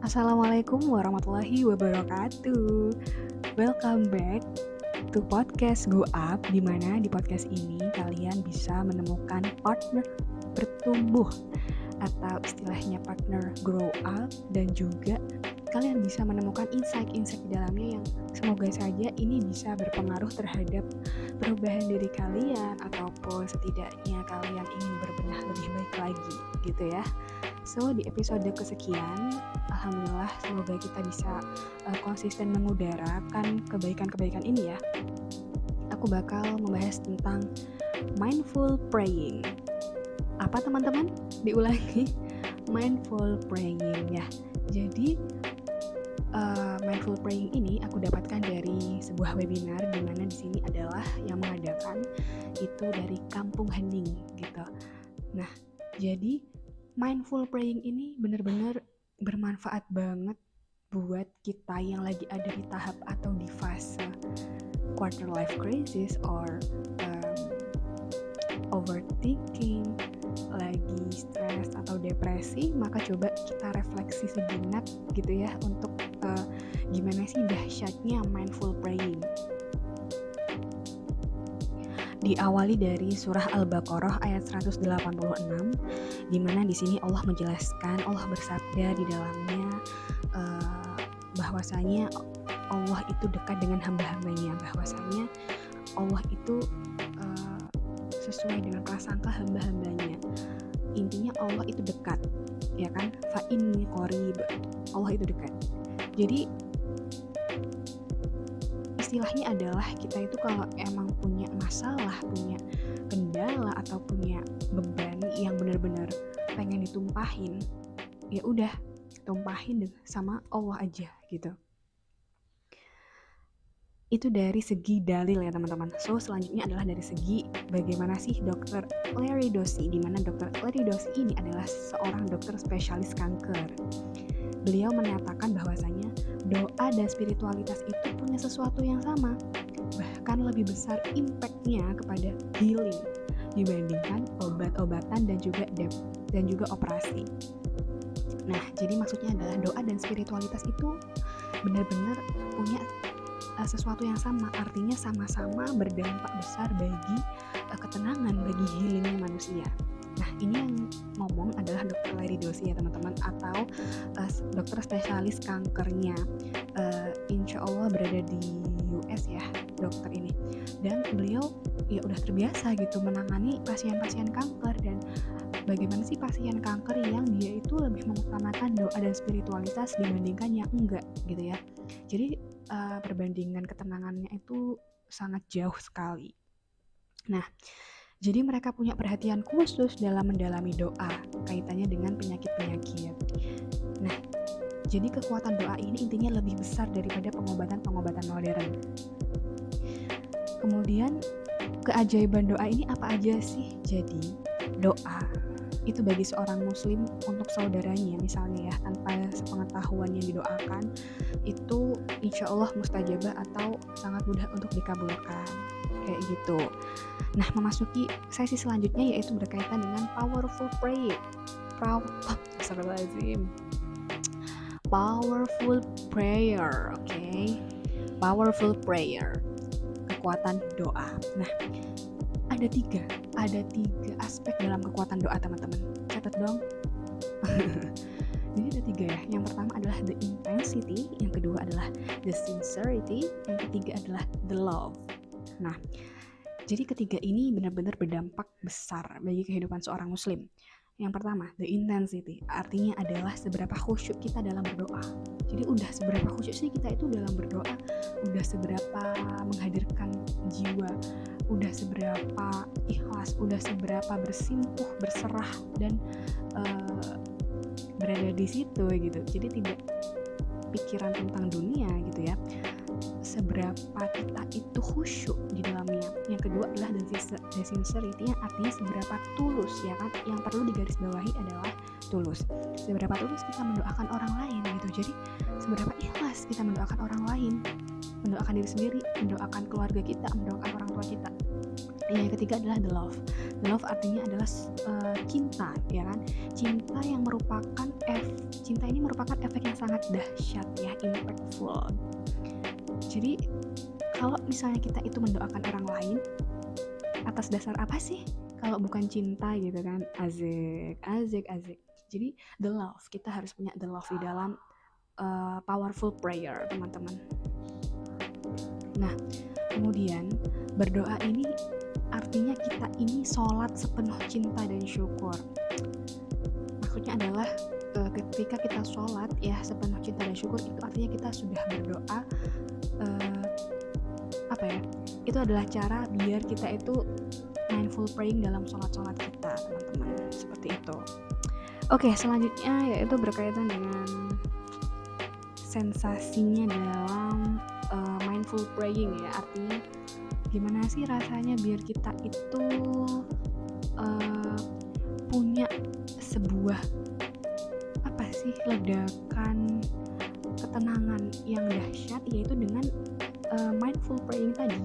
Assalamualaikum warahmatullahi wabarakatuh. Welcome back to podcast Go Up, di mana di podcast ini kalian bisa menemukan partner bertumbuh atau istilahnya partner grow up, dan juga kalian bisa menemukan insight-insight di dalamnya yang semoga saja ini bisa berpengaruh terhadap perubahan diri kalian ataupun setidaknya kalian ingin berbenah lebih baik lagi gitu ya. So di episode kesekian, alhamdulillah semoga kita bisa konsisten mengudarakan kebaikan-kebaikan ini ya. Aku bakal membahas tentang mindful praying. Apa teman-teman? Diulangi, mindful praying ya. Jadi mindful praying ini aku dapatkan dari sebuah webinar, di mana di sini adalah yang mengadakan itu dari Kampung Hening gitu. Nah, jadi mindful praying ini benar-benar bermanfaat banget buat kita yang lagi ada di tahap atau di fase quarter life crisis or overthinking, lagi stres atau depresi. Maka coba kita refleksi sejenak gitu ya, untuk gimana sih dahsyatnya mindful praying. Diawali dari surah Al-Baqarah ayat 186, di mana di sini Allah menjelaskan, Allah bersabda di dalamnya bahwasanya Allah itu dekat dengan hamba-hambanya, bahwasanya Allah itu sesuai dengan prasangka hamba-hambanya. Intinya Allah itu dekat, ya kan? Fa inni qarib. Allah itu dekat. Jadi istilahnya adalah kita itu kalau emang punya masalah, punya kendala atau punya beban yang benar-benar pengen ditumpahin, ya udah tumpahin sama Allah aja gitu. Itu dari segi dalil ya teman-teman. So selanjutnya adalah dari segi bagaimana sih Dr. Larry Dossey, di mana Dr. Larry Dossey ini adalah seorang dokter spesialis kanker. Beliau menyatakan bahwasanya doa dan spiritualitas itu punya sesuatu yang sama, bahkan lebih besar impact-nya kepada healing dibandingkan obat-obatan dan juga operasi. Nah, jadi maksudnya adalah doa dan spiritualitas itu benar-benar punya sesuatu yang sama, artinya sama-sama berdampak besar bagi ketenangan, bagi healingnya manusia. Nah, ini yang ngomong adalah Dr. Larry Dossey ya teman-teman, atau dokter spesialis kankernya. Insya Allah berada di US ya dokter ini, dan beliau ya udah terbiasa gitu menangani pasien-pasien kanker. Dan bagaimana sih pasien kanker yang dia itu lebih mengutamakan doa dan spiritualitas dibandingkan yang enggak gitu ya. Jadi perbandingan ketenangannya itu sangat jauh sekali. Nah, jadi mereka punya perhatian khusus dalam mendalami doa kaitannya dengan penyakit-penyakit. Nah, jadi kekuatan doa ini intinya lebih besar daripada pengobatan-pengobatan modern. Kemudian keajaiban doa ini apa aja sih? Jadi doa itu bagi seorang muslim untuk saudaranya misalnya ya, tanpa sepengetahuan yang didoakan itu insya Allah mustajabah atau sangat mudah untuk dikabulkan, kayak gitu. Nah, memasuki sesi selanjutnya yaitu berkaitan dengan powerful prayer. Powerful prayer, okay? Powerful prayer, kekuatan doa. Nah, ada tiga aspek dalam kekuatan doa teman-teman. Catat dong. Jadi ada tiga ya. Yang pertama adalah the intensity, yang kedua adalah the sincerity, yang ketiga adalah the love. Nah, jadi ketiga ini benar-benar berdampak besar bagi kehidupan seorang muslim. Yang pertama, the intensity, artinya adalah seberapa khusyuk kita dalam berdoa. Jadi udah seberapa khusyuk sih kita itu dalam berdoa, udah seberapa menghadirkan jiwa, udah seberapa ikhlas, udah seberapa bersimpuh, berserah, dan berada di situ gitu. Jadi tidak pikiran tentang dunia gitu ya. Seberapa kita itu khusyuk di dalamnya. Yang kedua adalah the sincerity, yang artinya seberapa tulus ya kan. Yang perlu digarisbawahi adalah tulus. Seberapa tulus kita mendoakan orang lain gitu. Jadi seberapa ikhlas kita mendoakan orang lain, mendoakan diri sendiri, mendoakan keluarga kita, mendoakan orang tua kita. Yang ketiga adalah the love. The love artinya adalah cinta, ya kan? Cinta yang merupakan cinta ini merupakan efek yang sangat dahsyat ya, impactful. Jadi kalau misalnya kita itu mendoakan orang lain atas dasar apa sih? Kalau bukan cinta gitu kan? Asik. Jadi the love, kita harus punya the love di dalam powerful prayer, teman-teman. Nah, kemudian berdoa ini artinya kita ini sholat sepenuh cinta dan syukur. Maksudnya adalah ketika kita sholat ya sepenuh cinta dan syukur, itu artinya kita sudah berdoa itu adalah cara biar kita itu mindful praying dalam sholat-sholat kita, teman-teman, seperti itu. Oke, selanjutnya yaitu berkaitan dengan sensasinya dalam mindful praying ya, artinya gimana sih rasanya biar kita itu punya sebuah ledakan ketenangan yang dahsyat, yaitu dengan mindful praying tadi.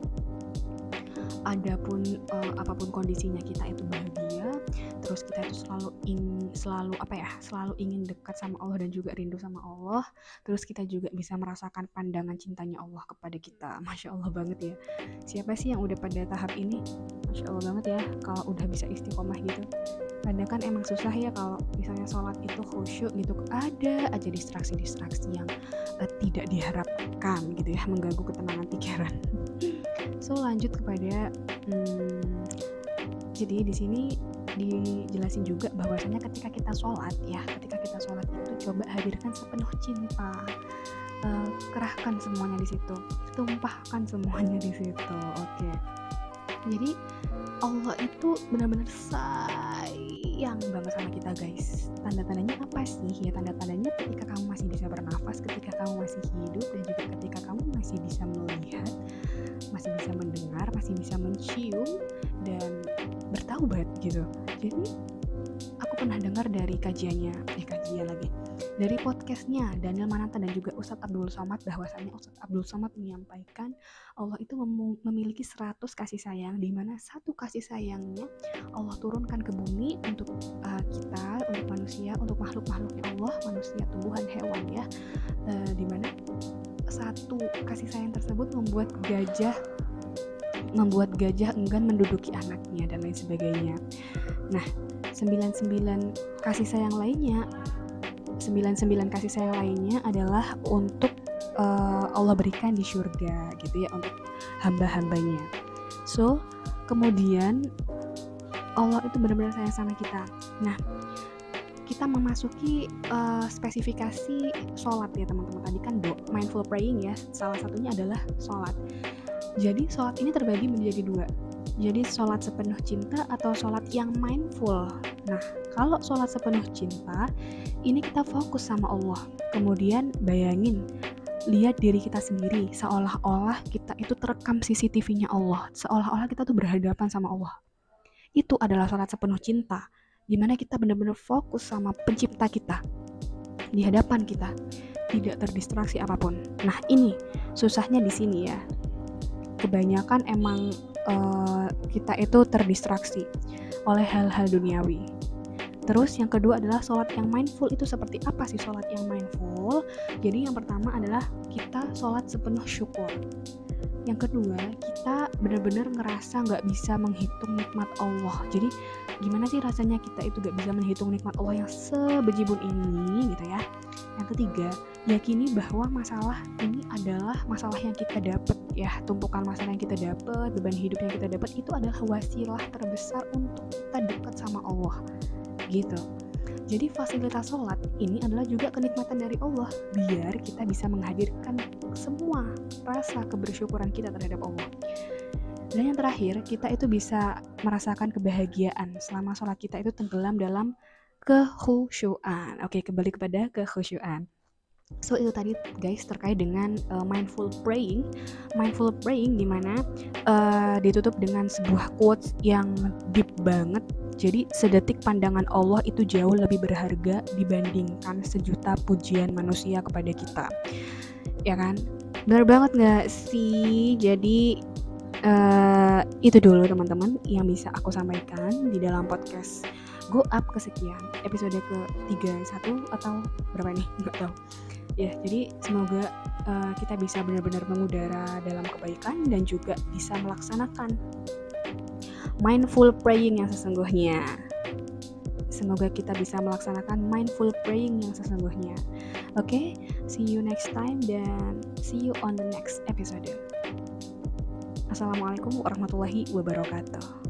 Adapun apapun kondisinya kita itu bahagia, terus kita itu selalu ingin dekat sama Allah dan juga rindu sama Allah, terus kita juga bisa merasakan pandangan cintanya Allah kepada kita. Masya Allah banget ya. Siapa sih yang udah pada tahap ini? Masya Allah banget ya kalau udah bisa istiqomah gitu. Kadang kan emang susah ya kalau misalnya sholat itu khusyuk gitu, ada aja distraksi-distraksi yang tidak diharapkan gitu ya, mengganggu ketenangan pikiran. So lanjut kepada jadi di sini dijelasin juga bahwasanya ketika kita sholat itu coba hadirkan sepenuh cinta, kerahkan semuanya di situ, tumpahkan semuanya di situ. Oke. Jadi Allah itu benar-benar sayang banget sama kita, guys. Tanda-tandanya apa sih? Ya tanda-tandanya ketika kamu masih bisa bernafas, ketika kamu masih hidup, dan juga ketika kamu masih bisa melihat, masih bisa mendengar, masih bisa mencium dan bertaubat gitu. Jadi aku pernah dengar dari dari podcastnya Daniel Mananta dan juga Ustadz Abdul Somad, bahwasanya Ustadz Abdul Somad menyampaikan Allah itu memiliki 100 kasih sayang, di mana satu kasih sayangnya Allah turunkan ke bumi untuk kita, untuk manusia, untuk makhluk-makhluknya Allah, manusia, tumbuhan, hewan ya, di mana satu kasih sayang tersebut membuat gajah enggan menduduki anaknya dan lain sebagainya. Nah, 99 kasih sayang lainnya adalah untuk Allah berikan di surga gitu ya, untuk hamba-hambanya. So, kemudian Allah itu benar-benar sayang sama kita. Nah, kita memasuki spesifikasi sholat ya teman-teman. Tadi kan mindful praying ya, salah satunya adalah sholat. Jadi sholat ini terbagi menjadi 2. Jadi sholat sepenuh cinta atau sholat yang mindful. Nah, kalau sholat sepenuh cinta, ini kita fokus sama Allah. Kemudian bayangin, lihat diri kita sendiri, seolah-olah kita itu terekam CCTV-nya Allah. Seolah-olah kita tuh berhadapan sama Allah. Itu adalah sholat sepenuh cinta, di mana kita benar-benar fokus sama pencipta kita di hadapan kita, tidak terdistraksi apapun. Nah, ini susahnya di sini ya. Kebanyakan emang kita itu terdistraksi oleh hal-hal duniawi. Terus yang kedua adalah sholat yang mindful. Itu seperti apa sih sholat yang mindful? Jadi yang pertama adalah kita sholat sepenuh syukur. Yang kedua, kita benar-benar ngerasa gak bisa menghitung nikmat Allah. Jadi gimana sih rasanya kita itu gak bisa menghitung nikmat Allah yang sebejibun ini gitu ya. Yang ketiga, yakini bahwa masalah ini adalah masalah yang kita dapat ya, tumpukan masalah yang kita dapat, beban hidup yang kita dapat itu adalah wasilah terbesar untuk kita dekat sama Allah gitu. Jadi fasilitas sholat ini adalah juga kenikmatan dari Allah, biar kita bisa menghadirkan semua rasa kebersyukuran kita terhadap Allah. Dan yang terakhir, kita itu bisa merasakan kebahagiaan selama sholat kita itu tenggelam dalam kekhusyuan. Oke, kembali kepada kekhusyuan. So itu tadi guys terkait dengan mindful praying di mana ditutup dengan sebuah quotes yang deep banget. Jadi sedetik pandangan Allah itu jauh lebih berharga dibandingkan sejuta pujian manusia kepada kita. Ya kan? Benar banget gak sih? Jadi Itu dulu teman-teman yang bisa aku sampaikan di dalam podcast Go Up kesekian, episode ke-31 atau berapa ini, nggak tahu ya. Jadi semoga kita bisa benar-benar mengudara dalam kebaikan dan juga bisa melaksanakan mindful praying yang sesungguhnya. Semoga kita bisa melaksanakan mindful praying yang sesungguhnya. Oke, see you next time dan see you on the next episode. Assalamualaikum warahmatullahi wabarakatuh.